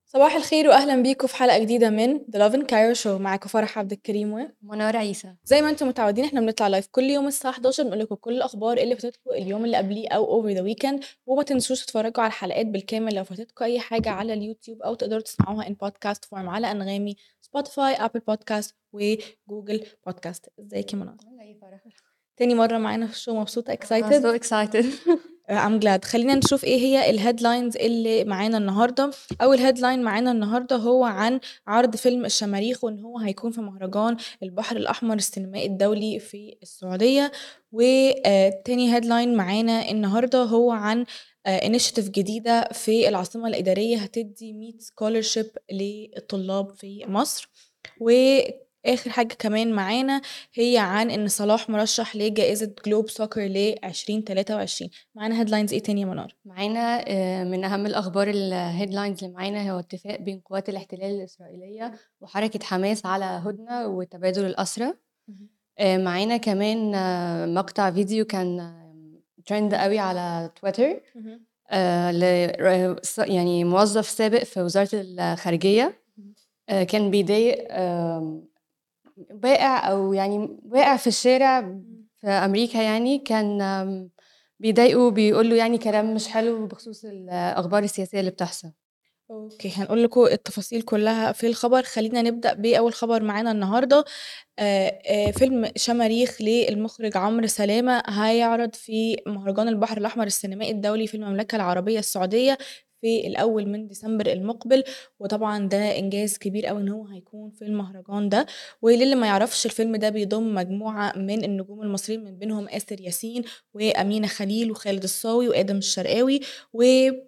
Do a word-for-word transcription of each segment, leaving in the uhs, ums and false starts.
صباح الخير واهلا بيكم في حلقه جديده من The Love and Cairo Show. معاكم فرح عبد الكريم و منار عيسى. زي ما انتم متعودين احنا بنطلع لايف كل يوم الساعه حداشر بنقول لكم كل الاخبار اللي فاتتكم اليوم اللي قبليه او over the weekend. وما تنسوش تتفرجوا على الحلقات بالكامل لو فاتتكم اي حاجه على اليوتيوب او تقدروا تسمعوها ان بودكاست فورم على انغامي، سبوتيفاي، ابل بودكاست وجوجل بودكاست. ازيك يا منى؟ تاني مره معانا في الشو، مبسوطه I'm so excited. excited. I'm glad. خلينا نشوف ايه هي الهيدلاينز اللي معانا النهارده. اول هيدلاين معانا النهارده هو عن عرض فيلم الشماريخ وان هو هيكون في مهرجان البحر الاحمر السينمائي الدولي في السعوديه. وتاني هيدلاين معانا النهارده هو عن انيشيتيف جديده في العاصمه الاداريه هتدي مية سكولرشيب للطلاب في مصر. واخر حاجه كمان معانا هي عن ان صلاح مرشح لجائزه جلوب سوكر ل ألفين وتلاتة وعشرين. معانا هيدلاينز ايه تاني يا منار؟ معانا آه، من أهم الأخبار الهيدلاينز اللي معانا هو اتفاق بين قوات الاحتلال الإسرائيلية وحركة حماس على هدنة وتبادل الأسرى. آه، معانا كمان آه، مقطع فيديو كان ترند قوي على تويتر آه، ل- يعني موظف سابق في وزارة الخارجية آه، كان بيضايق آم، بائع أو يعني واقع في الشارع في أمريكا، يعني كان آم، بيضايقه، بيقول له يعني كلام مش حلو بخصوص الأخبار السياسية اللي بتحصل. اوكي، هنقول لكم التفاصيل كلها في الخبر. خلينا نبدأ بأول خبر معانا النهاردة. آه، آه، فيلم شماريخ للمخرج عمرو سلامة هيعرض في مهرجان البحر الأحمر السينمائي الدولي في المملكة العربية السعودية في الأول من ديسمبر المقبل. وطبعا ده إنجاز كبير قوي إن هو هيكون في المهرجان ده. وللي ما يعرفش الفيلم ده بيضم مجموعة من النجوم المصريين من بينهم آسر ياسين وأمينة خليل وخالد الصاوي وآدم الشرقاوي. و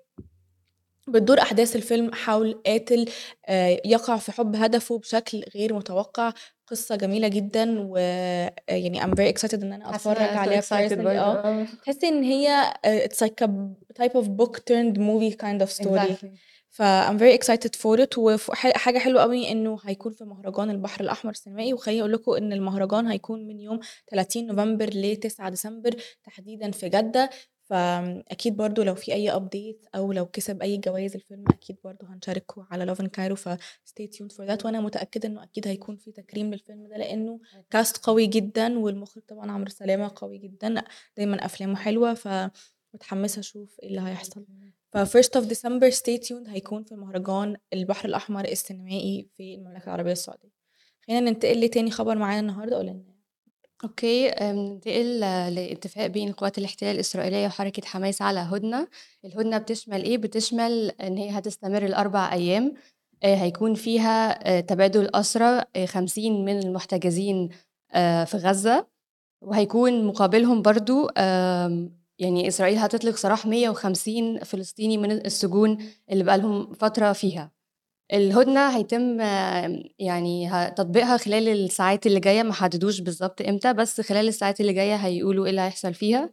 بتدور أحداث الفيلم حول قاتل آه، يقع في حب هدفه بشكل غير متوقع. قصة جميلة جدا و آه، يعني I'm very excited إن أنا حاسة إن أتفرج أنا so عليها excited personally. برضه. اه اه تحسي إن هي آه، it's like a type of book turned movie kind of story. exactly. ف I'm very excited for it. وحاجة حلوة قوي إنه هيكون في مهرجان البحر الأحمر السينمائي. وخليني أقول لكم إن المهرجان هيكون من يوم ثلاثين نوفمبر ل تسعة ديسمبر تحديدا في جدة. فاكيد برضو لو في اي ابديت او لو كسب اي جوائز الفيلم اكيد برضو هنشاركه على لوف ان كايرو. ف stay tuned for that. وانا متاكده انه اكيد هيكون في تكريم للفيلم ده لانه كاست قوي جدا والمخرج طبعا عمرو سلامه قوي جدا، دايما افلامه حلوه. فمتحمسه اشوف ايه اللي هيحصل. ف first of December stay tuned هيكون في مهرجان البحر الاحمر السينمائي في المملكه العربيه السعوديه. خلينا ننتقل لتاني خبر معانا النهارده. ولا اوكي، آه، ننتقل آه، لاتفاق بين قوات الاحتلال الإسرائيلية وحركة حماس على هدنة. الهدنة بتشمل ايه؟ بتشمل ان هي هتستمر الأربع أيام. آه، هيكون فيها آه، تبادل أسرى، آه، خمسين من المحتجزين آه، في غزة، وهيكون مقابلهم برضو آم، يعني إسرائيل هتطلق سراح مية وخمسين فلسطيني من السجون اللي بقالهم فترة فيها. الهدنة هيتم آم، يعني ه- تطبيقها خلال الساعات اللي جاية، ما حددوش بالظبط امتى، بس خلال الساعات اللي جاية هيقولوا ايه اللي هيحصل فيها.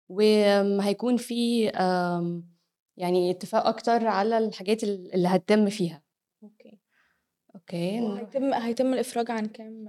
وهيكون في آم، يعني اتفاق أكتر على الحاجات ال- اللي هتتم فيها. اوكي، اوكي، نروح هيتم هيتم الافراج عن كام؟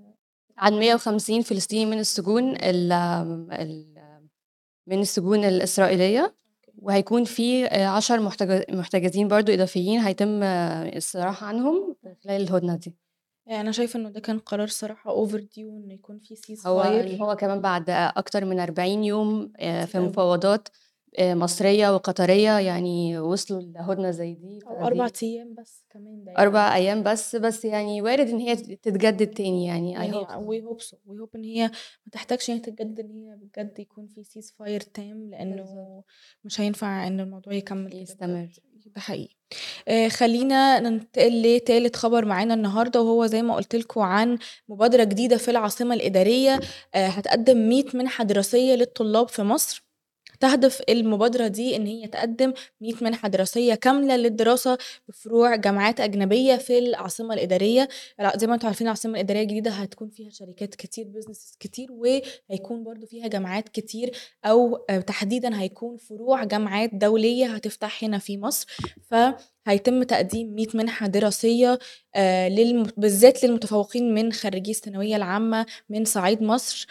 عن مية وخمسين فلسطيني من السجون ال ال من السجون الإسرائيلية. وهيكون في آه، عشر محتج- محتجزين برضو إضافيين هيتم آه، الصراحة عنهم خلال الهدنة دي. انا شايفه انه ده كان قرار صراحه اوفر ديو انه يكون في سيز هو فاير. هو كمان بعد أكتر من أربعين يوم آه، في كتير قوي، مفاوضات آه، مصرية وقطرية، يعني وصلوا لهدنة زي دي. او اربع فدي ايام بس كمان ده يعني. أربع أيام بس بس يعني وارد إن هي تتجدد تاني، يعني I يعني hope so. وي هوب سو وي هوب ان هي ما تحتاجش ان هي تتجدد، ان هي بجد يكون في سيز فاير تام بالظبط، لانه مش هينفع ان الموضوع يكمل كده بجد. يستمر. ده حقيقي. آه خلينا ننتقل لتالت خبر معانا النهارده وهو زي ما قلت لكم عن مبادره جديده في العاصمه الاداريه. آه هتقدم مية منحه دراسيه للطلاب في مصر. تهدف المبادرة دي إن هي تقدم مية منحة دراسية كاملة للدراسة بفروع جامعات أجنبية في العاصمة الإدارية. الع- زي ما انتم عارفين العاصمة الإدارية الجديدة هتكون فيها شركات كتير، بيزنسز كتير، وهيكون برضو فيها جامعات كتير. أو آه، تحديدا هيكون فروع جامعات دولية هتفتح هنا في مصر. فهيتم تقديم مية منحة دراسية آه، للم... بالذات للمتفوقين من خريجي الثانوية العامة من صعيد مصر.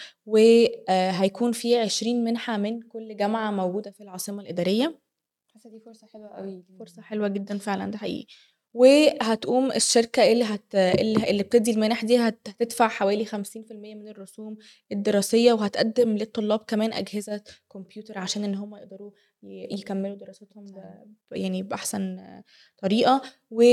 وهيكون في عشرين منحة من كل جامعة موجودة في العاصمة الإدارية. حاسة دي فرصة حلوة قوي. فرصة حلوة جدا فعلا، ده حقيقي. وهتقوم الشركة اللي هت اللي اللي بتدّي المنح دي هت هتدفع حوالي خمسين في المِيّة من الرسوم الدراسية، وهتقدّم للطلاب كمان أجهزة كمبيوتر عشان إن هم يقدروا ي يكمّلوا دراستهم ب صحيح. يعني بأحسن طريقة. و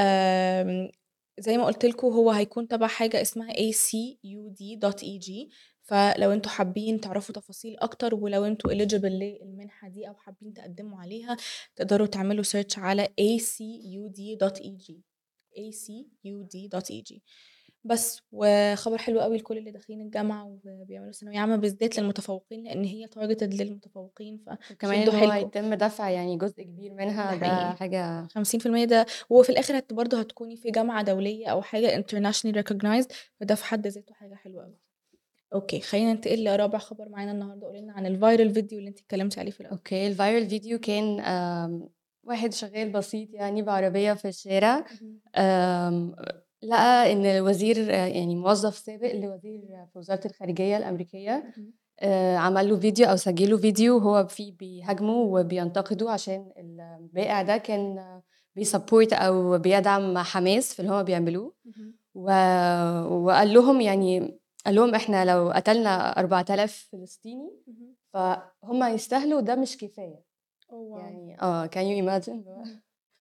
آمم زي ما قُلت لكم هو هيكون تبع حاجة اسمها إيه سي يو دي دوت إي جي، فلو أنتم حابين تعرفوا تفاصيل أكتر، ولو أنتم eligible للمنحة دي أو حابين تقدّموا عليها، تقدروا تعملوا search على إيه سي يو دي دوت إي جي إيه سي يو دي دوت إي جي. بس، وخبر حلو أوي لكل اللي داخلين الجامعة وبيعملوا ثانوية عامة، بالذات للمتفوقين، لإن هي targeted للمتفوقين، وكمان فشدوا إن هو حيلكم. هيتم دفع يعني جزء كبير ده منها، ده حقيقي. حاجة خمسين في المِيّة ده وفي الآخر هت برضه هتكوني في جامعة دولية أو حاجة internationally recognized، فده في حد ذاته حاجة حلوة أوي. أوكي، خلّينا ننتقل لرابع خبر معانا النهارده، قولي لنا عن الviral video اللي أنتِ اتكلمتِ عليه في الأول. أوكي، الviral video كان آمم، واحد شغال بسيط يعني بعربية في الشارع، اهم. آمم، لقى إن الوزير يعني موظف سابق لوزير في وزارة الخارجية الأمريكية، اهم. آآ، عمل له فيديو أو سجّل له فيديو وهو فيه بيهاجمه وبينتقده عشان البائع ده كان بيsupport أو بيدعم حماس في اللي هُم بيعملوه، اهم. و وقال لهم يعني قال لهم: "إحنا لو قتلنا أربعة آلاف فلسطيني اهم. فهُم يستاهلوا ده مش كفاية." Oh wow! يعني آه، can you imagine اللي هو اهم.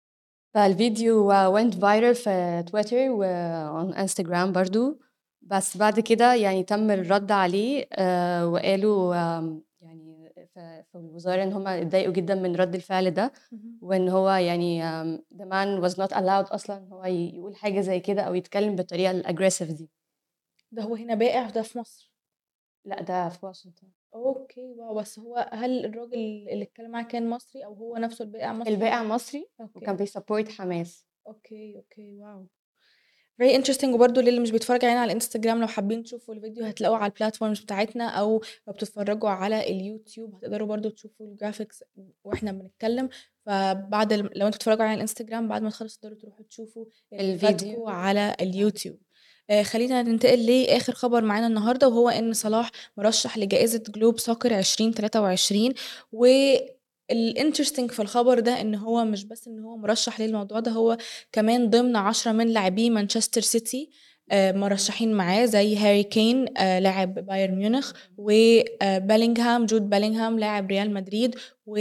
فالفيديو went viral في تويتر وon Instagram برضه، بس بعد كده يعني تم الرد عليه آآ، وقالوا آمم، يعني ف في الوزارة إن هُم اتضايقوا جدًا من رد الفعل ده، اهم. وإن هو يعني آمم، the man was not allowed أصلًا إن هو ي يقول حاجة زي كده أو يتكلم بالطريقة الaggressive دي. ده هو هنا بائع ده في مصر. لأ، ده في واشنطن. أوكي، واو! بس هو هل الراجل اللي اتكلم معاه كان مصري أو هو نفسه البائع مصري؟ البائع مصري وكان أوكي. بيsupport حماس. أوكي، أوكي، واو! very interesting. وبرضه للي مش بيتفرج علينا على الإنستجرام، لو حابين تشوفوا الفيديو هتلاقوه على الplatforms بتاعتنا، أو لو بتتفرجوا على اليوتيوب هتقدروا برضه تشوفوا الgraphics وإحنا بنتكلم. فبعد ال لو أنتم بتتفرجوا على الإنستجرام بعد ما تخلصوا تقدروا تروحوا تشوفوا اللي فاتكم الفيديو على آه. اليوتيوب. آآ خلّينا ننتقل لآخر خبر معانا النهارده، وهو إن صلاح مرشح لجائزة جلوب سوكر ألفين وتلاتة وعشرين. و الinteresting في الخبر ده إن هو مش بس إن هو مرشح للموضوع ده، هو كمان ضمن عشرة من لاعبي مانشستر سيتي آآ مرشحين معاه، زي هاري كين آآ لاعب بايرن ميونخ، و آآ بيلينغهام جود بيلينغهام لاعب ريال مدريد. و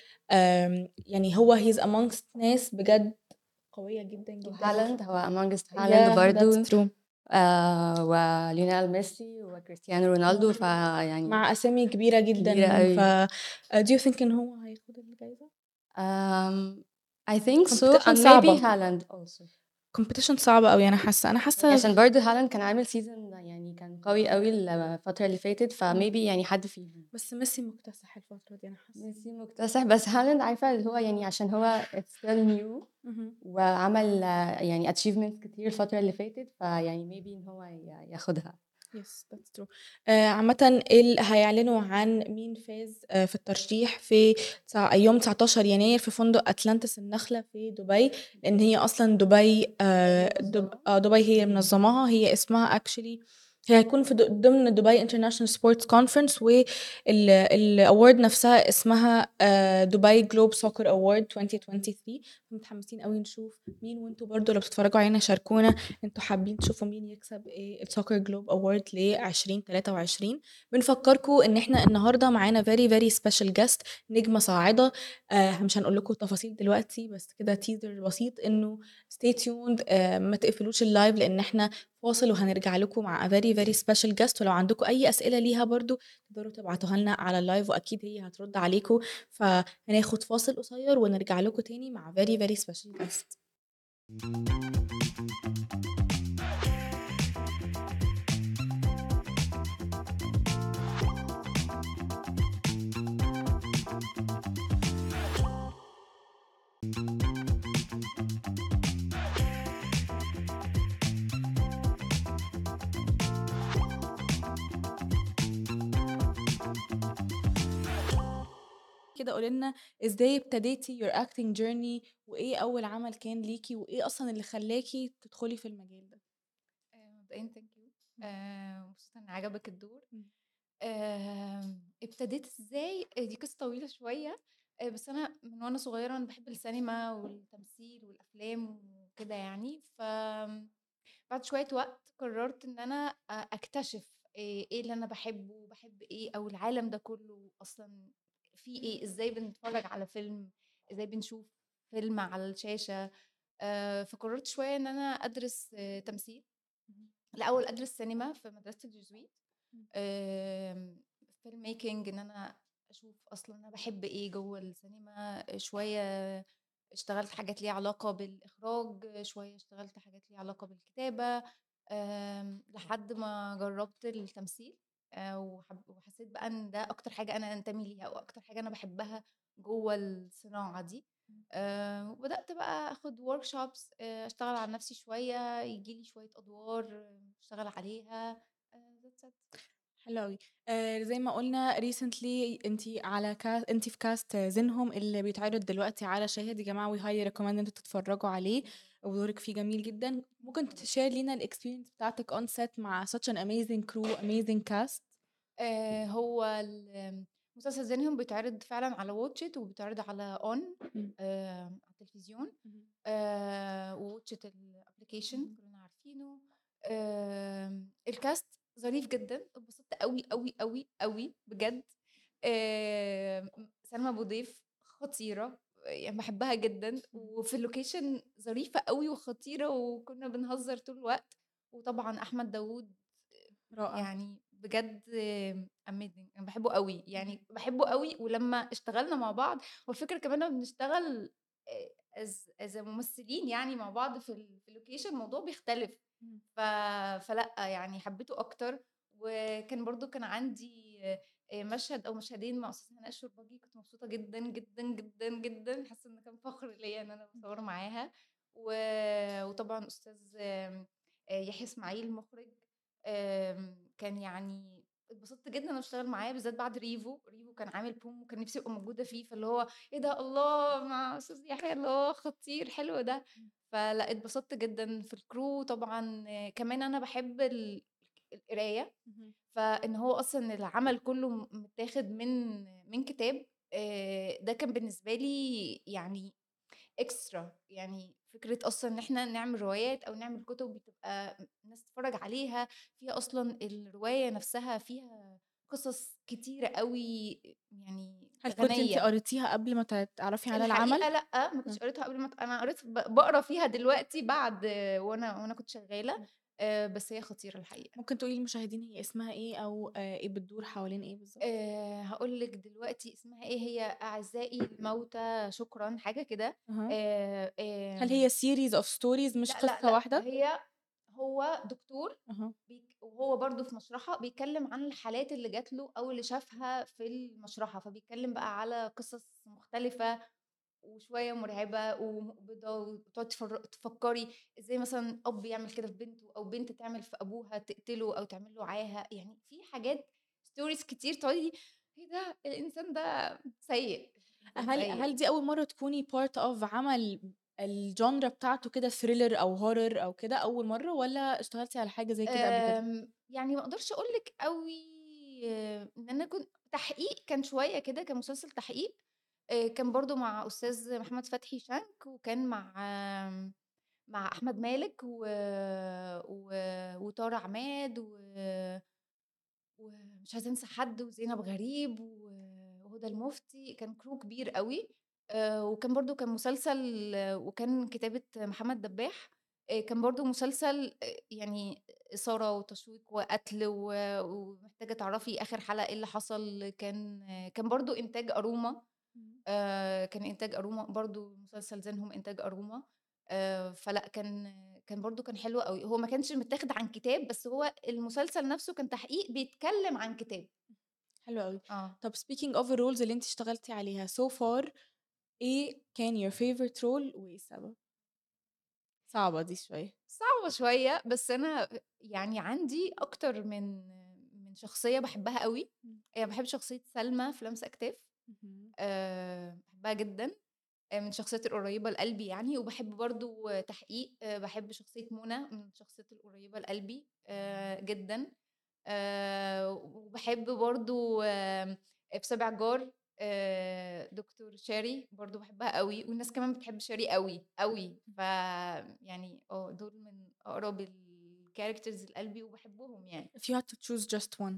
آمم يعني هو he's amongst ناس بجد قوية جدًا، جدًا. وخ وهالاند هو amongst هالاند yeah that's برضه، true. آآ وليونيل ميسي وكريستيانو رونالدو، آه، فيعني مع أسامي كبيرة كبيرة جدًا. ف أوي. do you think إن هو هياخد الجايزة؟ آمم I think so competition and maybe صعبة. هالاند also. competition صعبة أوي، أنا حاسة أنا يعني حاسة عشان برضه هالاند كان عامل season يعني كان قوي أوي الفترة اللي فاتت، إمم. فmaybe يعني حد فيهم. بس ميسي مكتسح الفترة دي أنا حاسة. ميسي مكتسح، بس هالاند عارفة اللي هو يعني عشان هو it's still new اهم. وعمل يعني achievements كتير الفترة اللي فاتت، فيعني maybe إن هو ي ياخدها. yes that's true. آآ عامةً ال هيعلنوا عن مين فاز آآ في الترشيح في تسع يوم تسعتاشر يناير في فندق أتلانتس النخلة في دبي، لإن هي أصلًا دبي آآ دب آه دبي هي اللي منظماها. هي اسمها actually هي هيكون في د ضمن دبي international sports conference، وال الaward نفسها اسمها آآ دبي globe soccer award twenty twenty-three. متحمسين أوي نشوف مين، وأنتم برضه لو بتتفرجوا علينا شاركونا أنتم حابين تشوفوا مين يكسب إيه الsoccer globe award لألفين وتلاتة وعشرين. بنفكركم إن إحنا النهارده معانا very very special guest، نجمة صاعدة. آآ مش هنقول لكم التفاصيل دلوقتي، بس كده teaser بسيط إنه stay tuned. آآ ما تقفلوش الlive لإن إحنا فاصل وهنرجع لكم مع a very very special guest. ولو عندكم أي أسئلة ليها برضه تقدروا تبعتوها لنا على الlive وأكيد هي هترد عليكم. فهناخد فاصل قصير ونرجع لكم تاني مع very very special guest. كده قولي لنا إزاي ابتديتِ your acting journey، وإيه أول عمل كان ليكِ، وإيه أصلًا اللي خلّاكِ تدخلي في المجال ده؟ آآ مبدئيًا thank you. إمم. آآ مبسوطة إن عجبك الدور. إمم. آمم ابتديت إزاي؟ آآ دي قصة طويلة شوية. آآ بس أنا من وأنا صغيرة أنا باحب السينما والتمثيل والأفلام، وكده يعني. ف بعد شوية وقت قررت إن أنا أ أكتشف آآ إيه اللي أنا باحبه وباحب إيه، أو العالم ده كله أصلًا فيه إيه، إزاي بنتفرج على فيلم، إزاي بنشوف فيلم على الشاشة. آآ فقررت شوية إن أنا أدرس آه، تمثيل. اهم. الأول أدرس سينما في مدرسة الجيزويت. إمم. آمم film making، إن أنا أشوف أصلًا أنا باحب إيه جوّه السينما. شوية اشتغلت حاجات ليها علاقة بالإخراج، شوية اشتغلت حاجات ليها علاقة بالكتابة، آمم لحد ما جرّبت التمثيل. آآ وحب وحسيت بقى إن ده أكتر حاجة أنا أنتمي ليها، أو أكتر حاجة أنا باحبها جوّه الصناعة دي. إمم. آآ وبدأت بقى آخُد workshops، آآ أشتغل على نَفْسي شوية، ييجي لي شوية أدوار أشتغل عليها. آآ that's it. حلو أوي. آآ زي ما قُلنا recently أنتِ على كا أنتِ في cast زينهم اللي بيتعرض دلوقتي على شاهد يا جماعة we highly recommend إن أنتم تتفرّجوا عليه، ودورِك فيه جميل جدًا. ممكن تshare لينا الexperience بتاعتِك on set مع such an amazing crew amazing cast؟ آآ هو ال مسلسل زينهم بيتعرض فعلًا على watch it، وبيتعرض على on إمم. آآ على التلفزيون. اهم. آآ وwatch it الapplication اهم. كلنا عارفينه. آمم الcast ظريف جدًا، اتبسطت أوي، أوي، أوي، أوي بجد. آمم سلمى أبو ضيف خطيرة، يعني باحبها جدًا، اهم. وفي الlocation ظريفة أوي وخطيرة، وكنا بنهزر طول الوقت. وطبعًا أحمد داوود رائع. يعني بجد amazing، أنا باحبه أوي، اهم. يعني باحبه أوي. ولمّا اشتغلنا مع بعض، والفكرة كمان لمّا بنشتغل آآ as as ممثلين يعني مع بعض في ال في الlocation الموضوع بيختلف. إمم. ف فلأ يعني حبيته أكتر. وكان برضه كان عندي آآ مشهد أو مشهدين مع أستاذة هناء الشربجي، كنت مبسوطة جدًا، جدًا، جدًا، جدًا، حاسة إن كان فخر ليّا إن أنا باصوّر معاها. و وطبعًا أستاذ آمم آآ يحيى إسماعيل المخرج، آمم كان يعني اتبسطت جدًا إن أنا باشتغل معاه، بالذات بعد ريفو. ريفو كان عامل promo وكان نفسي أبقى موجودة فيه، فاللي هو إيه ده، الله مع أستاذ يحيى، الله خطير، حلو ده. إمم. فلأ اتبسطت جدًا في الcrew طبعًا. آه، كمان أنا باحب ال القراية، اهم. فإن هو أصلًا العمل كله م متاخد من من كتاب. آآ ده كان بالنسبة لي يعني إكسترا، يعني فكرة أصلًا إن إحنا نعمل روايات أو نعمل كُتب بتبقى م الناس تتفرّج عليها، فيها أصلًا الرواية نفسها فيها قصص كتيرة أوي يعني هل كنتِ أنتِ غنية. قريتيها قبل ما ت تعرفي على العمل؟ الحقيقة لأ، ما كنتش آه. قريتها قبل ما ت أنا قريت ب باقرا فيها دلوقتي بعد وأنا وأنا كنت شغّالة. إمم. آآ بس هي خطيرة الحقيقة. ممكن تقولي للمشاهدين هي اسمها إيه أو آآ إيه بتدور حوالين إيه بالضبط؟ آآ هاقول لِك دلوقتي اسمها إيه، هي أعزائي الموتى شكرًا، حاجة كده. أها. آآ هل آمم هي series of stories مش لأ، لأ، قصة لأ، واحدة؟ هي هو دكتور أها. بيك وهو برضه في مشرحة، بيتكلّم عن الحالات اللي جات له أو اللي شافها في المشرحة، فبيتكلّم بقى على قصص مختلفة وشوية مرعبة ومقبضة، وتقعدي تفر تفكّري إزاي مثلًا أب يعمل كده في بنته، أو بنت تعمل في أبوها تقتله أو تعمل له عاهة. يعني في حاجات stories كتير تقعدي إيه ده، الإنسان ده سيء، إنسان هل سيء. هل دي أول مرّة تكوني part of عمل الgenre بتاعته كده thriller أو horror أو كده أول مرّة والّا اشتغلتِ على حاجة زي كده قبل كده؟ آمم، يعني ما أقدرش أقول لِك أوي إن أنا كنت تحقيق، كان شوية كده، كان مسلسل تحقيق. آآ، كان برضه مع أستاذ محمد فتحي شانك، وكان مع آمم، مع أحمد مالك و و وطارق عماد و ومش عايزة أنسى حد، وزينب غريب و وهدى المفتي، كان crew كبير أوي. آآ وكان برضه كان مسلسل آه، وكان كتابة محمد دباح. آآ كان برضه مسلسل آآ يعني إثارة وتشويق وقتل و ومحتاجة تعرفي آخر حلقة إيه اللي حصل. كان آه، كان برضه إنتاج أروما. إمم. آآ كان إنتاج أروما برضه، مسلسل زينهم إنتاج أروما. آآ فلأ كان كان برضه كان حلو أوي. هو ما كانش متاخد عن كتاب، بس هو المسلسل نفسه كان تحقيق بيتكلم عن كتاب. حلو أوي. آه. طب speaking of الroles اللي أنتِ اشتغلتِ عليها so far إيه كان your favorite role وإيه السبب؟ صعبة دي شوية. صعبة شوية، بس أنا يعني عندي أكتر من من شخصية باحبها أوي. إمم. يعني باحب شخصية سلمى في لمسة أكتاف. اهم. آآ باحبها جدًا، آآ من الشخصيات القريبة لقلبي يعني. وباحب برضه تحقيق، آآ باحب شخصية منى من الشخصيات القريبة لقلبي آآ جدًا. آآ وباحب برضه آمم في سابع جار آآ دكتور شاري برضه باحبها أوي، والناس كمان بتحب شاري أوي، أوي. ف يعني آه، دول من أقرب الcharacters لقلبي وباحبهم يعني. If you had to choose just one.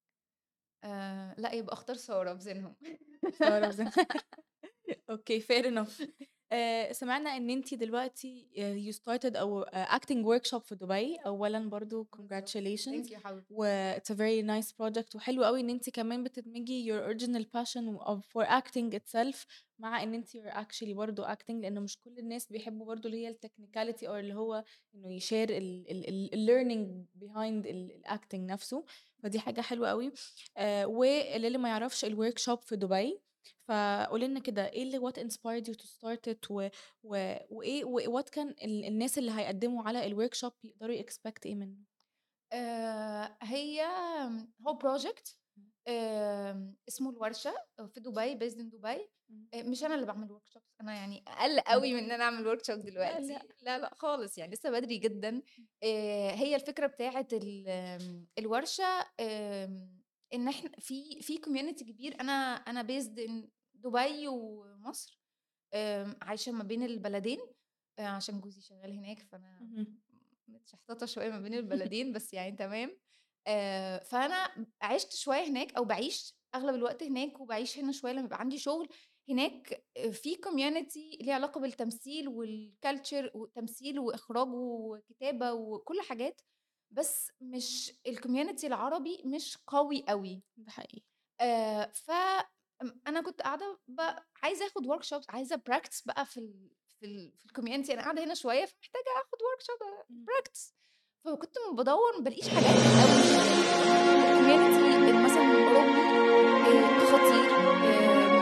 آآ لأ، يبقى أختار سارة بزينهم. سارة وزن أوكي fair enough. آآ سمعنا إن أنتِ دلوقتي آآ you started أو آآ acting workshop في دبي، أولًا برضه بالضبط. congratulations thank you يا حبيبتي. و it's a very nice project وحلو أوي إن أنتِ كمان بتدمجي your original passion of for acting itself مع إن أنتِ you're actually برضه acting لإنه مش كل الناس بيحبوا برضه اللي هي الtechnicality أو اللي هو إنه يshare ال ال ال الlearning behind ال الacting نفسه، فدي حاجة حلوة أوي. آآ وللي ما يعرفش الworkshop في دبي، فقولي لنا كده إيه اللي what inspired you to start it و و وإيه و what كان ال الناس اللي هيقدّموا على الworkshop يقدروا يexpect إيه منه؟ آآ هي هو project إمم. آمم اسمه الورشة في دبي based in دبي. إمم. آآ مش أنا اللي باعمل workshops، أنا يعني أقل إمم. أوي من إن أنا أعمل workshop لا، لأ. دلوقتي، لا، لأ خالص، يعني لسه بدري جدًا. آآ هي الفكرة بتاعة ال آمم الورشة آمم إن إحنا في في community كبير. أنا أنا based in دبي ومصر، آمم عايشة ما بين البلدين، آآ عشان جوزي شغال هناك، فأنا اهم. متشحططة شوية ما بين البلدين، بس يعني تمام. آآ فأنا عِشت شوية هناك أو باعيش أغلب الوقت هناك، وباعيش هنا شوية لمّا يبقى عندي شغل. هناك آآ في community ليها علاقة بالتمثيل والculture وتمثيل وإخراج وكتابة وكل حاجات، بس مش الcommunity العربي مش قوي أوي. ده حقيقي. آآ ف م أنا كنت قاعدة ب عايزة آخُد workshops، عايزة practice بقى في ال في ال في الcommunity. أنا قاعدة هنا شوية، فمحتاجة آخُد workshop إمم. practice. فكنت بادوّر ما بالاقيش حاجات أوي الcommunity ال مثلًا الأوروبي آآ خطير. آمم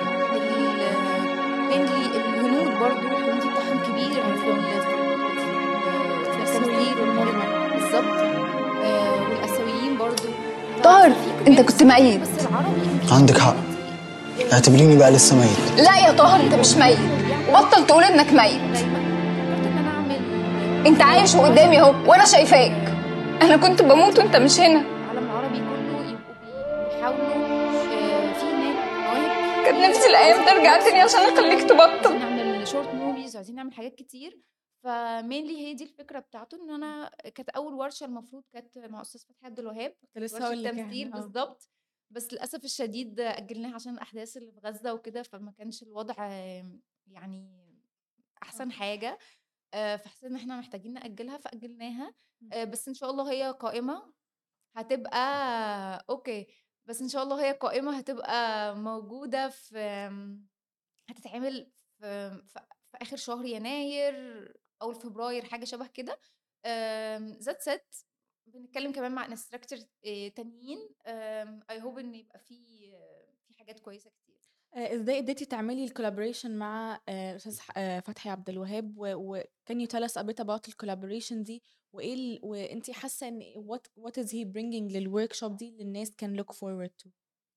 ال mainly الهنود برضه الcommunity بتاعهم كبير في ال في ال في ال في الآسيويين التمثيل في والحاجات المجمل. بالضبط. آآ والآسيويين برضه. ف طاهر، ففي انت communities كنت كتير، ميت. بس العربي مفيش عندك حق، community آآ اعتبريني بقى لسه ميت. لا يا طاهر، انت مش ميت. وبطل تقول انك ميت. دايمًا فكرت إن أنا أعمل انت عايش قدامي اهو وانا شايفاك. انا كنت بموت وانت مش هنا. العالم العربي كله يبقوا بي بيحاولوا. آآ في هناك مواهب كان كتير، نفسي الايام وعايزين ترجع نعمل تاني عشان اخليك عايزين تبطل. نعمل short movies وعايزين نعمل حاجات كتير. فmainly هي دي الفكرة بتاعته، إن أنا كانت أول ورشة المفروض كانت مع أستاذ فتحي عبد الوهاب، كنت لسه ورشة هاقول لِك تمثيل يعني آه. بالضبط. بس للأسف الشديد أجلناها عشان الأحداث اللي في غزة وكده، فما كانش الوضع آمم يعني أحسن آه. حاجة. آآ فحسينا إن إحنا محتاجين نأجلها فأجلناها. إمم. آآ بس إن شاء الله هي قائمة هتبقى أوكي. بس إن شاء الله هي قائمة هتبقى موجودة في آمم هتتعمل في في في آخر شهر يناير، أول فبراير، حاجة شبه كده. آمم that said بنتكلم كمان مع instructors آآ تانيين. آمم I hope إن يبقى في في حاجات كويسة كتير. آآ إزاي قدرتِ تعملي الcollaboration مع آآ أستاذ ح آآ فتحي عبد الوهاب و و can you tell us a bit about الcollaboration دي وإيه ال وأنتِ حاسة إن what what is he bringing للworkshop دي اللي الناس can look forward to؟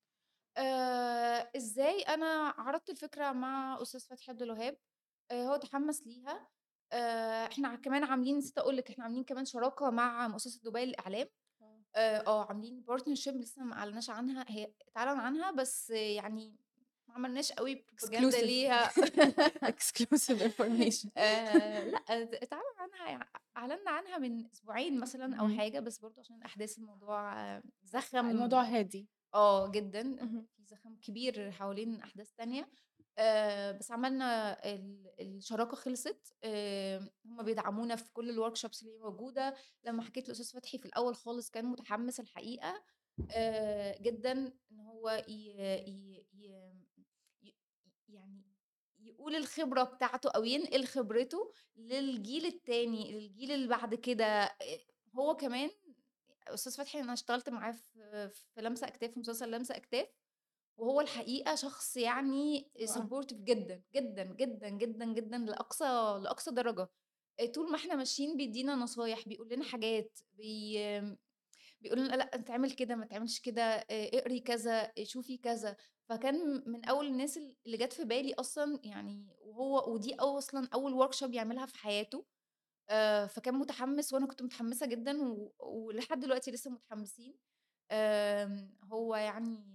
آآ إزاي أنا عرضت الفكرة مع أستاذ فتحي عبد الوهاب. آآ هو تحمّس ليها. آآ إحنا كمان عاملين، نسيت أقول لِك، إحنا عاملين كمان شراكة مع مؤسسة دبي للإعلام. آه. آآ آه، عاملين partnership لسه ما أعلناش عنها، هي اتعلن عنها بس يعني ما عملناش أوي propaganda exclusive ليها. exclusive information. آآ لأ، ات اتعلن عنها يع أعلنا عنها من أسبوعين مثلًا أو اهم. حاجة، بس برضه عشان أحداث الموضوع زخّم. الموضوع هادي. آه جدًا، اهم. في زخم كبير حوالين أحداث تانية. آآ بس عملنا ال الشراكة خلصت. آآ هُم بيدعمونا في كل الworkshops اللي هي موجودة. لمّا حكيت لأستاذ فتحي في الأول خالص كان متحمس الحقيقة آآ جدًا إن هو ي ي ي ي يعني يقول الخبرة بتاعته أو ينقل خبرته للجيل التاني، للجيل اللي بعد كده. آآ هو كمان أستاذ فتحي أنا اشتغلت معاه في في لمسة أكتاف، في مسلسل لمسة أكتاف، وهو الحقيقة شخص يعني رائع. supportive جدًا، جدًا، جدًا، جدًا، جدًا لأقصى لأقصى درجة. آآ طول ما إحنا ماشيين بيدّينا نصايح، بيقول لنا حاجات، بي بيقول لنا لأ أنتِ اعمل كده، ما تعملش كده، آآ اقري كذا، آآ شوفي كذا. فكان من أول الناس ال اللي جات في بالي أصلًا يعني، وهو ودي أو أصلًا أول workshop يعملها في حياته. آآ فكان متحمّس وأنا كنت متحمّسة جدًا و ولحد دلوقتي لسه متحمّسين. آمم هو يعني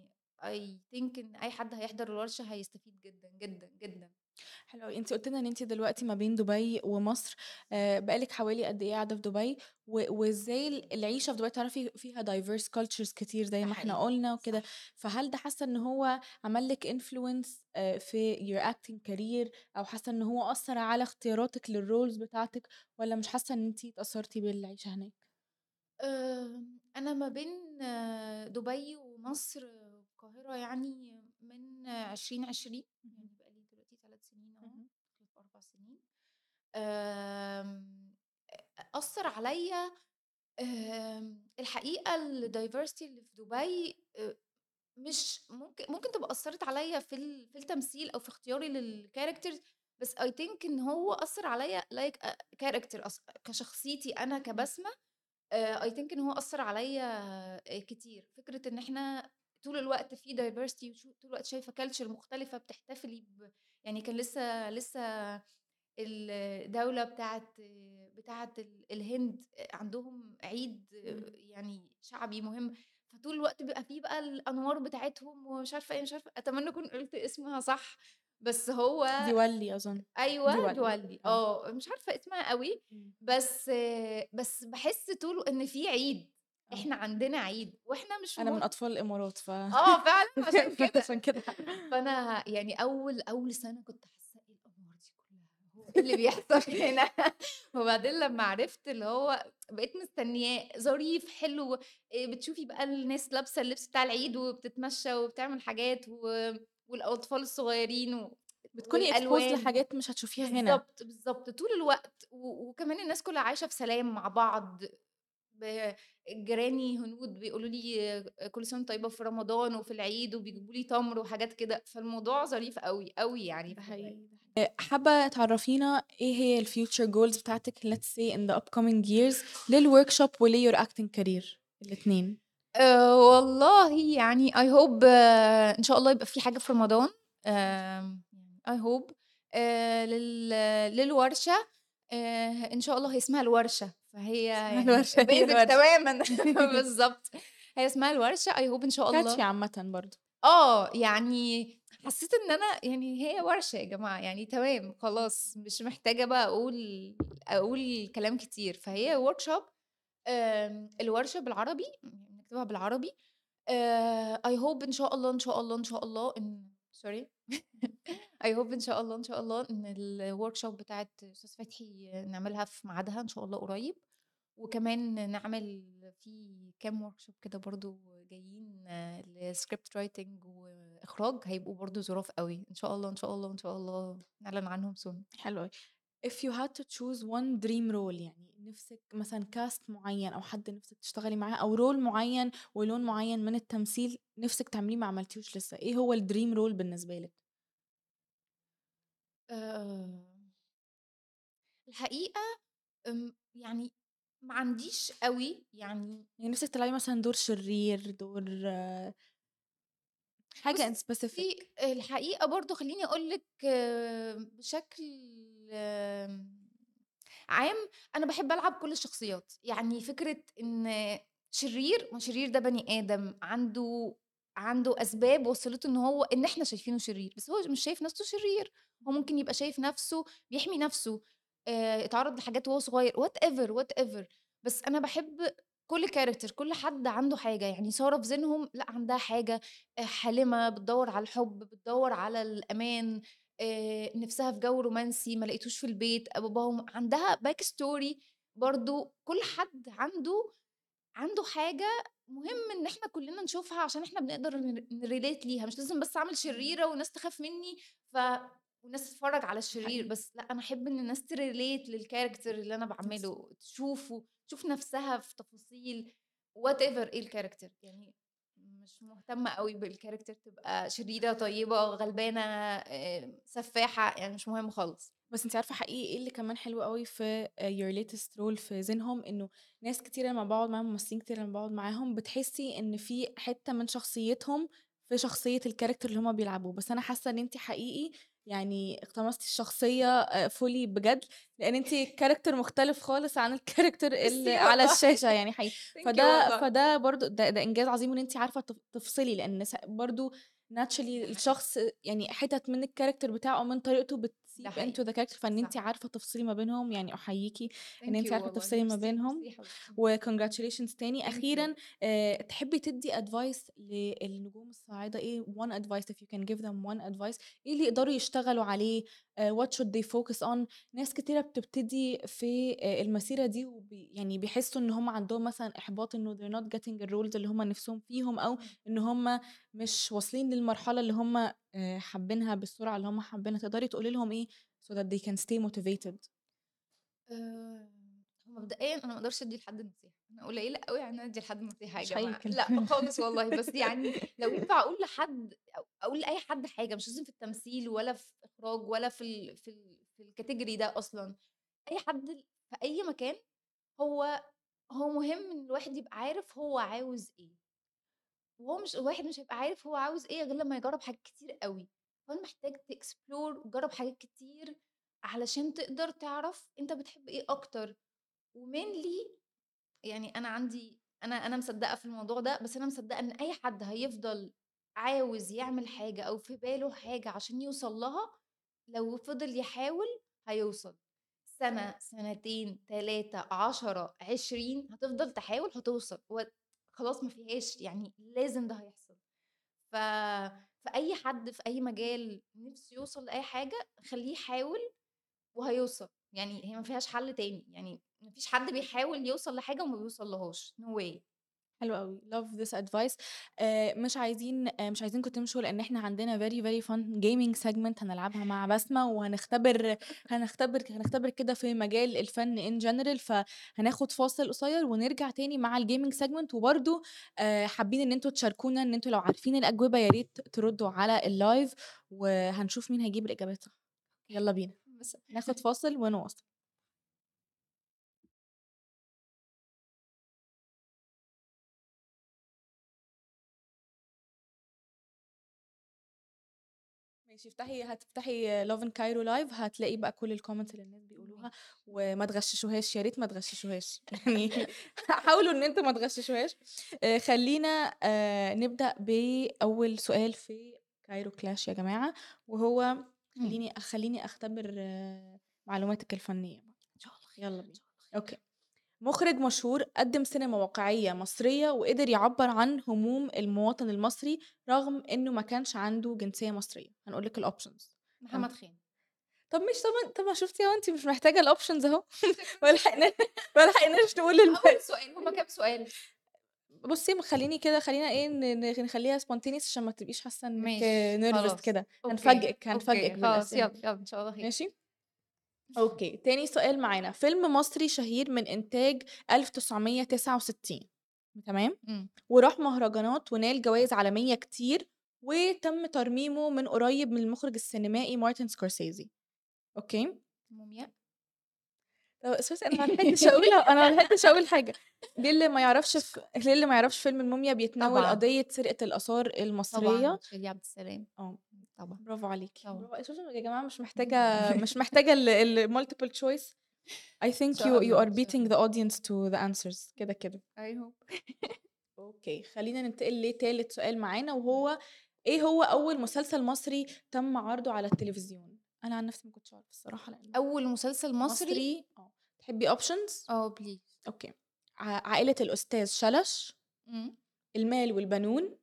I think إن أي حد هيحضر الورشة هيستفيد جدًا، جدًا، جدًا. حلو أوي. أنتِ قُلتِ لنا إن أنتِ دلوقتي ما بين دبي ومصر، آآ بقى لِك حوالي قد إيه قاعدة في دبي، و وإزاي ال العيشة في دبي تعرفي فيها diverse cultures كتير زي ده ما إحنا حقيقي، قُلنا وكده، صح. فهل ده حاسة إن هو عمل لِك influence آآ في your acting career، أو حاسة إن هو أثّر على اختياراتِك للroles بتاعتِك، والّا مش حاسة إن أنتِ اتأثّرتِ بالعيشة هناك؟ آمم، أنا ما بين آه، دبي ومصر والقاهرة يعني من عشرين عشرين، اهم، يعني بقى لي دلوقتي ثلاث سنين أهو، اهم، داخلة في أربع سنين. آمم، أ أثّر عليَّ آمم، الحقيقة الdiversity اللي في دبي آآ، مش ممكن ممكن تبقى أثّرت عليَّ في ال في التمثيل أو في اختياري للcharacters، بس I think إن هو أثّر عليَّ like a character أص كشخصيتي أنا إمم، كبسمة. آآ I think إن هو أثّر عليَّ آآ كتير، فكرة إن إحنا طول الوقت في diversity وشو طول الوقت شايفة culture مختلفة بتحتفلي ب يعني كان لسه لسه الدولة بتاعة بتاعة ال الهند عندهم عيد إمم. يعني شعبي مهم، فطول الوقت بيبقى في بقى الأنوار بتاعتهم ومش عارفة إيه، مش عارفة أتمنى أكون قُلت اسمها صح، بس هو ديوالي أظن، أيوه، ديوالي، ديوالي آه. آه، مش عارفة اسمها أوي، إمم، بس بس باحس طول إن في عيد، آه. إحنا عندنا عيد وإحنا مش أنا من مه أطفال الإمارات ف آه فعلًا عشان كده. عشان كده. فأنا يعني أول أول سَنة كنت حاسة إيه الأنوار دي كلّها، هو إيه اللي بيحصل هنا؟ وبعدين لمّا عرفت اللي هو بقيت مستنياه، ظريف، حلو، آآ بتشوفي بقى الناس لابسة اللبس بتاع العيد وبتتمشى وبتعمل حاجات و والأطفال الصغيّرين و بتكوني exposed والألوان. لحاجات مش هتشوفيها هنا. بالضبط، بالضبط، طول الوقت و وكمان الناس كلّها عايشة في سلام مع بعض، ب جيراني هنود بيقولوا لي كل سنة وأنتِ طيبة في رمضان وفي العيد وبيجيبوا لي تمر وحاجات كده، فالموضوع ظريف أوي، أوي يعني ده في دبي. حقيقي، ده حقيقي. آآ حابة تعرّفينا إيه هي الfuture goals بتاعتِك let's say in the upcoming years للworkshop ولyour acting career الاتنين؟ آآ والله يعني I hope إن شاء الله يبقى في حاجة في رمضان، آمم I hope آآ لل للورشة، آآ إن شاء الله هي اسمها الورشة، فهي اسمها يعني الورشة هي basic الورشة. تمامًا بالضبط، هي اسمها الورشة I hope إن شاء catchy الله. عامةً برضه. آه، يعني حسّيت إن أنا يعني هي ورشة يا جماعة، يعني تمام خلاص مش محتاجة بقى أقول أقول كلام كتير، فهي workshop. آمم الورشة بالعربي، يعني نكتبها بالعربي. آآ I hope إن شاء الله، إن شاء الله، إن شاء الله إن sorry I hope إن شاء الله، إن شاء الله إن الworkshop بتاعة أستاذ فتحي نعملها في ميعادها إن شاء الله قريب، وكمان نعمل في كام workshop كده برضه جايين لscript writing وإخراج، هيبقوا برضه ظراف أوي، إن شاء الله، إن شاء الله، إن شاء الله نعلن عنهم soon. حلو أوي. if you had to choose one dream role، يعني نِفْسِك مثلًا cast معيّن أو حد نِفْسِك تشتغلي معاه أو role معيّن ولون معيّن من التمثيل نِفْسِك تعمليه ما عملتيهوش لسه، إيه هو الdream role بالنسبة لِك؟ آآ الحقيقة آمم يعني ما عنديش أوي، يعني يعني نِفْسِك تلعبي مثلًا دور شرير، دور آه، حاجة in specific. بُصّي، الحقيقة برضه خلّيني أقول لِك بشكل آمم عام، أنا باحب ألعب كل الشخصيات، يعني فكرة إن شرير، ما شرير ده بني آدم عنده عنده أسباب وصّلته إن هو إن إحنا شايفينه شرير، بس هو مش شايف نَفْسه شرير، هو ممكن يبقى شايف نَفْسه بيحمي نَفْسه، آآ اتعرّض لحاجات وهو صغير whatever، whatever، بس أنا باحب كل character، كل حد عنده حاجة، يعني سارة في زينهم لأ عندها حاجة، آآ حالمة بتدوّر على الحُب، بتدوّر على الأمان، آآ نِفْسها في جو رومانسي ما لقيتوش في البيت، باباهم عندها back story برضه، كل حد عنده عنده حاجة مهم إن إحنا كُلّنا نشوفها عشان إحنا بنقدر نر نrelate ليها، مش لازم بس أعمل إمم. شريرة والناس تخاف منّي ف والناس تتفرّج على الشرير، حقيقي. بس لأ أنا أحب إن الناس تrelate للcharacter اللي أنا نفس باعمله، تشوفه، تشوف نَفْسها في تفاصيل whatever إيه الcharacter، يعني مش مهتمة أوي بالcharacter تبقى شريرة، طيبة، غلبانة، آآ سفاحة، يعني مش مهم خالص. بس أنتِ عارفة حقيقي إيه اللي كمان حلو أوي في آآ your latest role في زينهم، إنه ناس كتيرة لمّا باقعد معاهم، ممثلين كتير لمّا باقعد معاهم، بتحسي إن في حتّة من شخصيتهم في شخصية الكاركتر اللي هما بيلعبوه، بس أنا حاسة إن أنتِ حقيقي يعني اقتمصتِ الشخصية آآ fully بجد، لإن أنتِ كاركتر مختلف خالص عن الكاركتر اللي ميرسي على والله. الشاشة يعني حقيقي. Thank you فده والله. فده برضه ده ده إنجاز عظيم إن أنتِ عارفة تف تفصلي، لإن س برضه naturally ده حقيقي، الشخص يعني حتت من الكاركتر بتاعه أو من طريقته ده بتseep حقيقي. into the character، فإن أنتِ صح. عارفة تفصلي ما بينهم، يعني أحييكِ إن Thank you أنتِ عارفة والله. تفصلي ما ميرسي، بينهم، ميرسي يا حبيبتي. وcongratulations تاني. Thank you. أخيرًا آآ تحبي تدّي advice للنجوم الصاعدة إيه one advice if you can give them one advice إيه اللي يقدروا يشتغلوا عليه، آآ what should they focus on؟ ناس كتيرة بتبتدي في آآ المسيرة دي وبي يعني بيحسّوا إن هُم عندهم مثلًا إحباط إنه they're not getting الroles اللي هُم نِفْسهم فيهم، أو إمم. إن هُم مش واصلين للمرحلة اللي هُم آآ حابينها بالسرعة اللي هُم حابينها، تقدري تقولي لهم إيه so that they can stay motivated؟ آآ هو مبدئيًا أنا ما أقدرش أدّي لحد نصيحة، أنا قليلة أوي على إن أنا أدّي لحد نصيحة يا مش أي جماعة، كلام. لأ خالص والله، بس يعني لو ينفع أقول لحد أو أقول لأي حد حاجة مش لازم في التمثيل ولا في إخراج ولا في ال في ال في الcategory ده أصلًا، أي حد في أي مكان هو هو مهم إن الواحد يبقى عارف هو عاوز إيه، وهو مش الواحد مش هيبقى عارف هو عاوز إيه غير لمّا يجرّب حاجات كتير أوي، فأنت محتاج تexplore وتجرّب حاجات كتير علشان تقدر تعرف أنت بتحب إيه أكتر، وmainly يعني أنا عندي أنا أنا مصدّقة في الموضوع ده، بس أنا مصدّقة إن أي حد هيفضل عاوز يعمل حاجة أو في باله حاجة عشان يوصل لها، لو فضل يحاول هيوصل، سَنة، سنتين، تلاتة، عشرة، عشرين هتفضل تحاول هتوصل، و خلاص ما فيهاش يعني لازم ده هيحصل. ف فأي حد في أي مجال نِفْسه يوصل لأي حاجة خلّيه يحاول وهيوصل، يعني هي ما فيهاش حل تاني، يعني ما فيش حد بيحاول يوصل لحاجة وما بيوصلّهاش no way. حلو أوي love this advice. آآ مش عايزين آآ مش عايزينكم تمشوا لإن إحنا عندنا very very fun gaming segment هنلعبها مع بسمة، وهنختبر هنختبر هنختبر كده في مجال الفن in general، فهناخد فاصل قصير ونرجع تاني مع الgaming segment. وبرضه آآ حابين إن أنتم تشاركونا إن أنتم لو عارفين الأجوبة يا ريت تردوا على الlive، وهنشوف مين هيجيب الإجابات صح. يالّا بينا، بس ناخد فاصل ونواصل. ماشي، افتحي هتفتحي love in Cairo live هتلاقي بقى كل الcomments اللي الناس بيقولوها، ماشي. وما تغششوهاش، يا ريت ما تغششوهاش يعني حاولوا إن أنتم ما تغششوهاش. آآ خلّينا آآ نبدأ بأول سؤال في Cairo clash يا جماعة، وهو إمم. خلّيني خلّيني أختبر آه، معلوماتِك الفنية بقى. إن شاء الله خير، يالّا إن بينا. شاء الله خير. أوكي. مُخرِج مشهور قدّم سينما واقعية مصرية وقدر يعبّر عن هموم المواطن المصري رغم إنه ما كانش عنده جنسية مصرية. هنقول لِك الoptions. محمد خان. طب ماشي، طب طب ما شُفتِ أهو أنتِ مش محتاجة الoptions أهو شكرًا، ما شكرًا. لحقنا ما لحقناش نقول الم أول سؤال، هُم كام سؤال؟ بُصّي خلّيني كده خلّينا إيه ن ن نخلّيها spontaneous عشان ما تبقيش حاسة إنِّك ماشي، nervous خلاص. كده، أوكي، هنفاجئِك، هنفاجئِك أوكي، خلاص بالأسئلة. يالّا، يالّا إن شاء الله خير. ماشي؟ أوكي، تاني سؤال معانا، فيلم مصري شهير من إنتاج ألف وتسعمية وتسعة وستين تمام؟ إمم. وراح مهرجانات ونال جوايز عالمية كتير، وتم ترميمه من قريب من المخرج السينمائي مارتن سكورسيزي. أوكي؟ موميا. طب اساسًا أنا ما لحقتش أقول أنا ما لحقتش أقول حاجة. ليه اللي ما يعرفش ف ليه اللي ما يعرفش فيلم الموميا بيتناول طبعًا، قضية سرقة الآثار طبعًا، المصرية. شادية عبد السلام. آه، طبعًا، برافو عليكِ، طبعًا. برافو شوفوا يا جماعة مش محتاجة مش محتاجة ال الmultiple choice. I إن think شاء you you الله، are إن شاء beating الله. the audience to the answers كده، كده. I hope. أوكي، خلّينا ننتقل لتالت سؤال معانا، إمم. وهو إيه هو أول مسلسل مصري تم عرضه على التلفزيون؟ أنا عن نفسي ما كنتش أعرف الصراحة لإنه أول مسلسل مصري؟ مصري آه، تحبي options؟ آه please. أوكي، ع عائلة الأستاذ شلش، إمم. المال والبنون،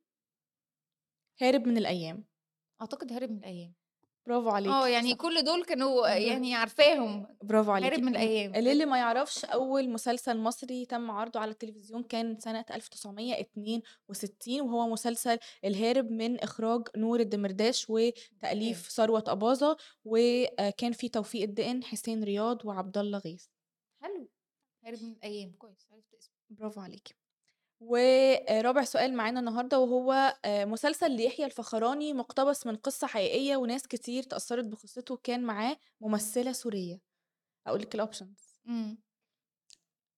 هارب من الأيام. أعتقد هارب من الأيام. برافو آه، عليكِ، يعني صح. كل دول كانوا برا يعني عارفاهم. برافو هارب عليكِ. من م الأيام. للي ما يعرفش أول مسلسل مصري تم عرضه على التلفزيون كان سنة ألف وتسعمية واتنين وستين، وهو مسلسل الهارب من إخراج نور الدمرداش أوكي. وتأليف ثروت أباظة، وكان فيه توفيق الدقن، حسين رياض، وعبد الله غيث. حلو. هارب من الأيام، كويس عرفت اسمه. برافو عليكِ. ورابع سؤال معانا النهارده وهو آآ مسلسل ليحيى الفخراني مُقتبس من قصة حقيقية وناس كتير اتأثّرت بقصته، كان معاه ممثلة سورية. أقول لِك الoptions: إمم.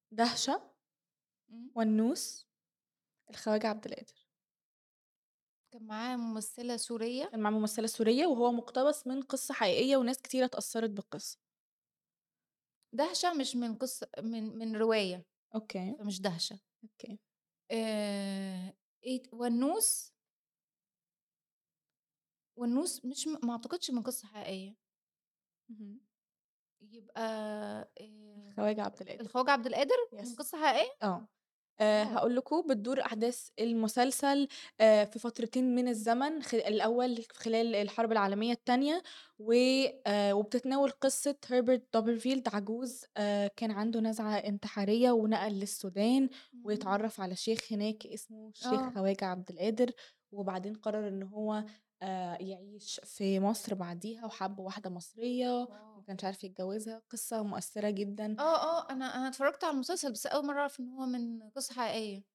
دهشة، إمم. ونوس، الخواجة عبد القادر. كان معاه ممثلة سورية. كان مع ممثلة سورية وهو مُقتبس من قصة حقيقية وناس كتيرة اتأثّرت بالقصة. دهشة مش من قصة من من رواية، أوكي، فمش دهشة. أوكي. آآ إيه ت ونوس. ونوس مش م ما أعتقدش من قصة حقيقية. اهم. يبقى آآ خواجة عبد القادر. الخواجة عبد القادر من Yes. قصة حقيقية؟ آه. آآ آه. هاقول لكم بتدور أحداث المسلسل آآ في فترتين من الزمن، خ الأول خلال الحرب العالمية التانية و آآ وبتتناول قصة هربرت دوبرفيلد عجوز آآ كان عنده نزعة انتحارية ونقل للسودان إمم. واتعرّف على شيخ هناك اسمه الشيخ آه. خواجة عبد القادر، وبعدين قرر إن هو آآ يعيش في مصر بعديها وحَب واحدة مصرية وما واو! كانش عارف يتجوزها، قصة مؤثرة جدًا. آه، آه، أنا أنا اتفرّجت على المسلسل بس أول مرّة أعرف إن هو من قصة حقيقية.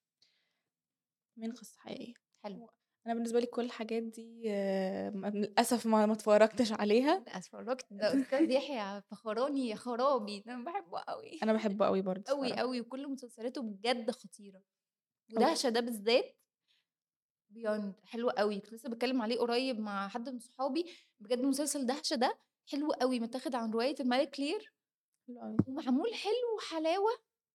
من قصة حقيقية. حلو. و أنا بالنسبة لي كل الحاجات دي م للأسف ما ما اتفرّجتش عليها. لأ اتفرّجت، ده أستاذ يحيى فخراني يا خرابي، ده أنا باحبه أوي. أنا باحبه أوي برضه أوي، الصراحة. أوي، وكل مسلسلاته بجد خطيرة. أوكي. ودهشة ده بالذات beyond حلو أوي، كنت لسه باتكلّم عليه قريب مع حد من صحابي، بجد مسلسل دهشة ده حلو أوي، متاخد عن رواية الملك لير حلو أوي. ومعمول حلو وحلاوة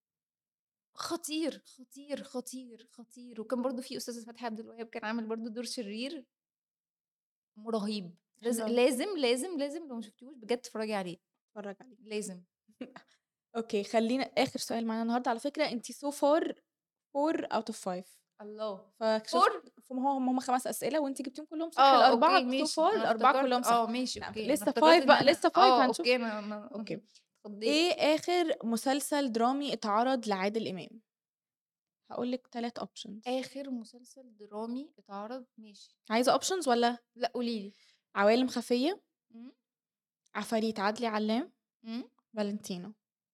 خطير، خطير، خطير، خطير. وكان برضه في أستاذ فتحي عبد الوهاب كان عامل برضه دور شرير م رهيب. لاز حلو أوي. لازم، لازم، لازم لو ما شفتيهوش بجد اتفرّجي عليه، هاتفرّج عليه. لازم. أوكي، خلّينا آخر سؤال معانا النهارده، على فكرة أنتِ so far four out of five الله! فشُفت فور؟ فما هو هم خمس أسئلة وأنتِ جبتيهم كلّهم صح، آه، الأربعة أوكي so ماشي، far أنا الأربعة افتكرت كلّهم صح. آه، ماشي لأ أوكي، أنا لسه افتكرت five إن بقى، أنا لسه five آه، هنشوف. أوكي أنا أنا أوكي. اتخضيت. إيه آخر مسلسل درامي اتعرض لعادل إمام؟ هاقول لِك تلات options. آخر مسلسل درامي اتعرض ماشي. عايزة options والّا؟ لأ قولي لي. عوالم خفية، إمم، عفاريت عدلي علام، إمم، فالنتينو.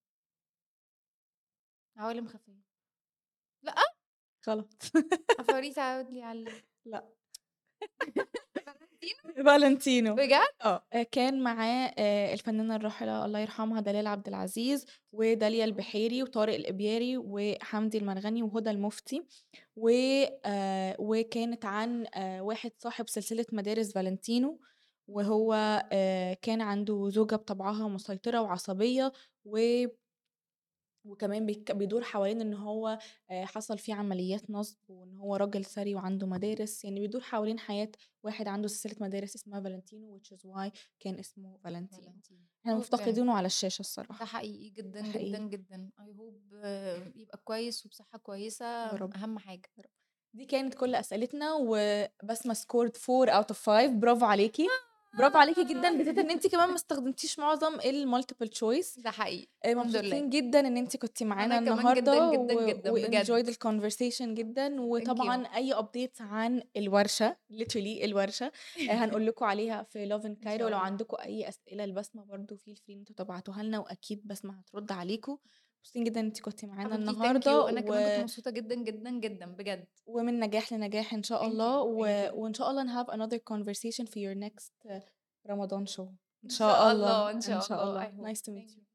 عوالم خفية. لأ، غلط. عفاريت عدلي علام. لأ. فالنتينو؟ فالنتينو. بجد؟ آه. آآ كان معاه آآ الفنانة الراحلة الله يرحمها دلال عبد العزيز، وداليا البحيري، وطارق الإبياري، وحمدي المرغني، وهدى المفتي، و آآ وكانت عن آآ واحد صاحب سلسلة مدارس فالنتينو، وهو آآ كان عنده زوجة بطبعها مسيطرة وعصبية، و وكمان بيك بيدور حوالين إن هو آآ حصل فيه عمليات نصب، وإن هو راجل ثري وعنده مدارس، يعني بيدور حوالين حياة واحد عنده سلسلة مدارس اسمها فالنتينو which is why كان اسمه فالنتينو. فالنتينو. إحنا أوكي. مفتقدينه على الشاشة ده الصراحة. حقيقي جدًا، ده جدًا، حقيقي. جدًا. I hope يبقى كويس وبصحة كويسة يا رب. أهم حاجة. يا رب. دي كانت كل أسئلتنا، وبسمة scored four out of five برافو عليكِ. برافو عليكِ جدًا، بالذات إن أنتِ كمان ما استخدمتيش معظم الmultiple choice. ده حقيقي، آآ الحمد لله. مبسوطين جدًا إن أنتِ كنتِ معانا أنا كمان جدًا، النهارده جدًا، و جدًا بجد. وenjoyed الconversation جدًا، Thank you. وطبعًا أي updates عن الورشة literally الورشة آآ هنقول لكم عليها في love in إن Cairo، شاء ولو الله. عندكم أي أسئلة لبسمة برضه feel free إن أنتم تبعتوها لنا، وأكيد بسمة هترد عليكم. مبسوطين جدًا إن أنتِ كنتِ معانا حبيبتي thank النهارده، you. أنا كمان كنت و مبسوطة جدًا، جدًا، جدًا بجد. ومن نجاح لنجاح إن شاء Thank الله، you, و thank you. وإن شاء الله نhave another conversation في your next رمضان show. إن إن شاء شاء الله، الله، إن إن شاء شاء الله الله. I hope. nice to meet Thank you. you.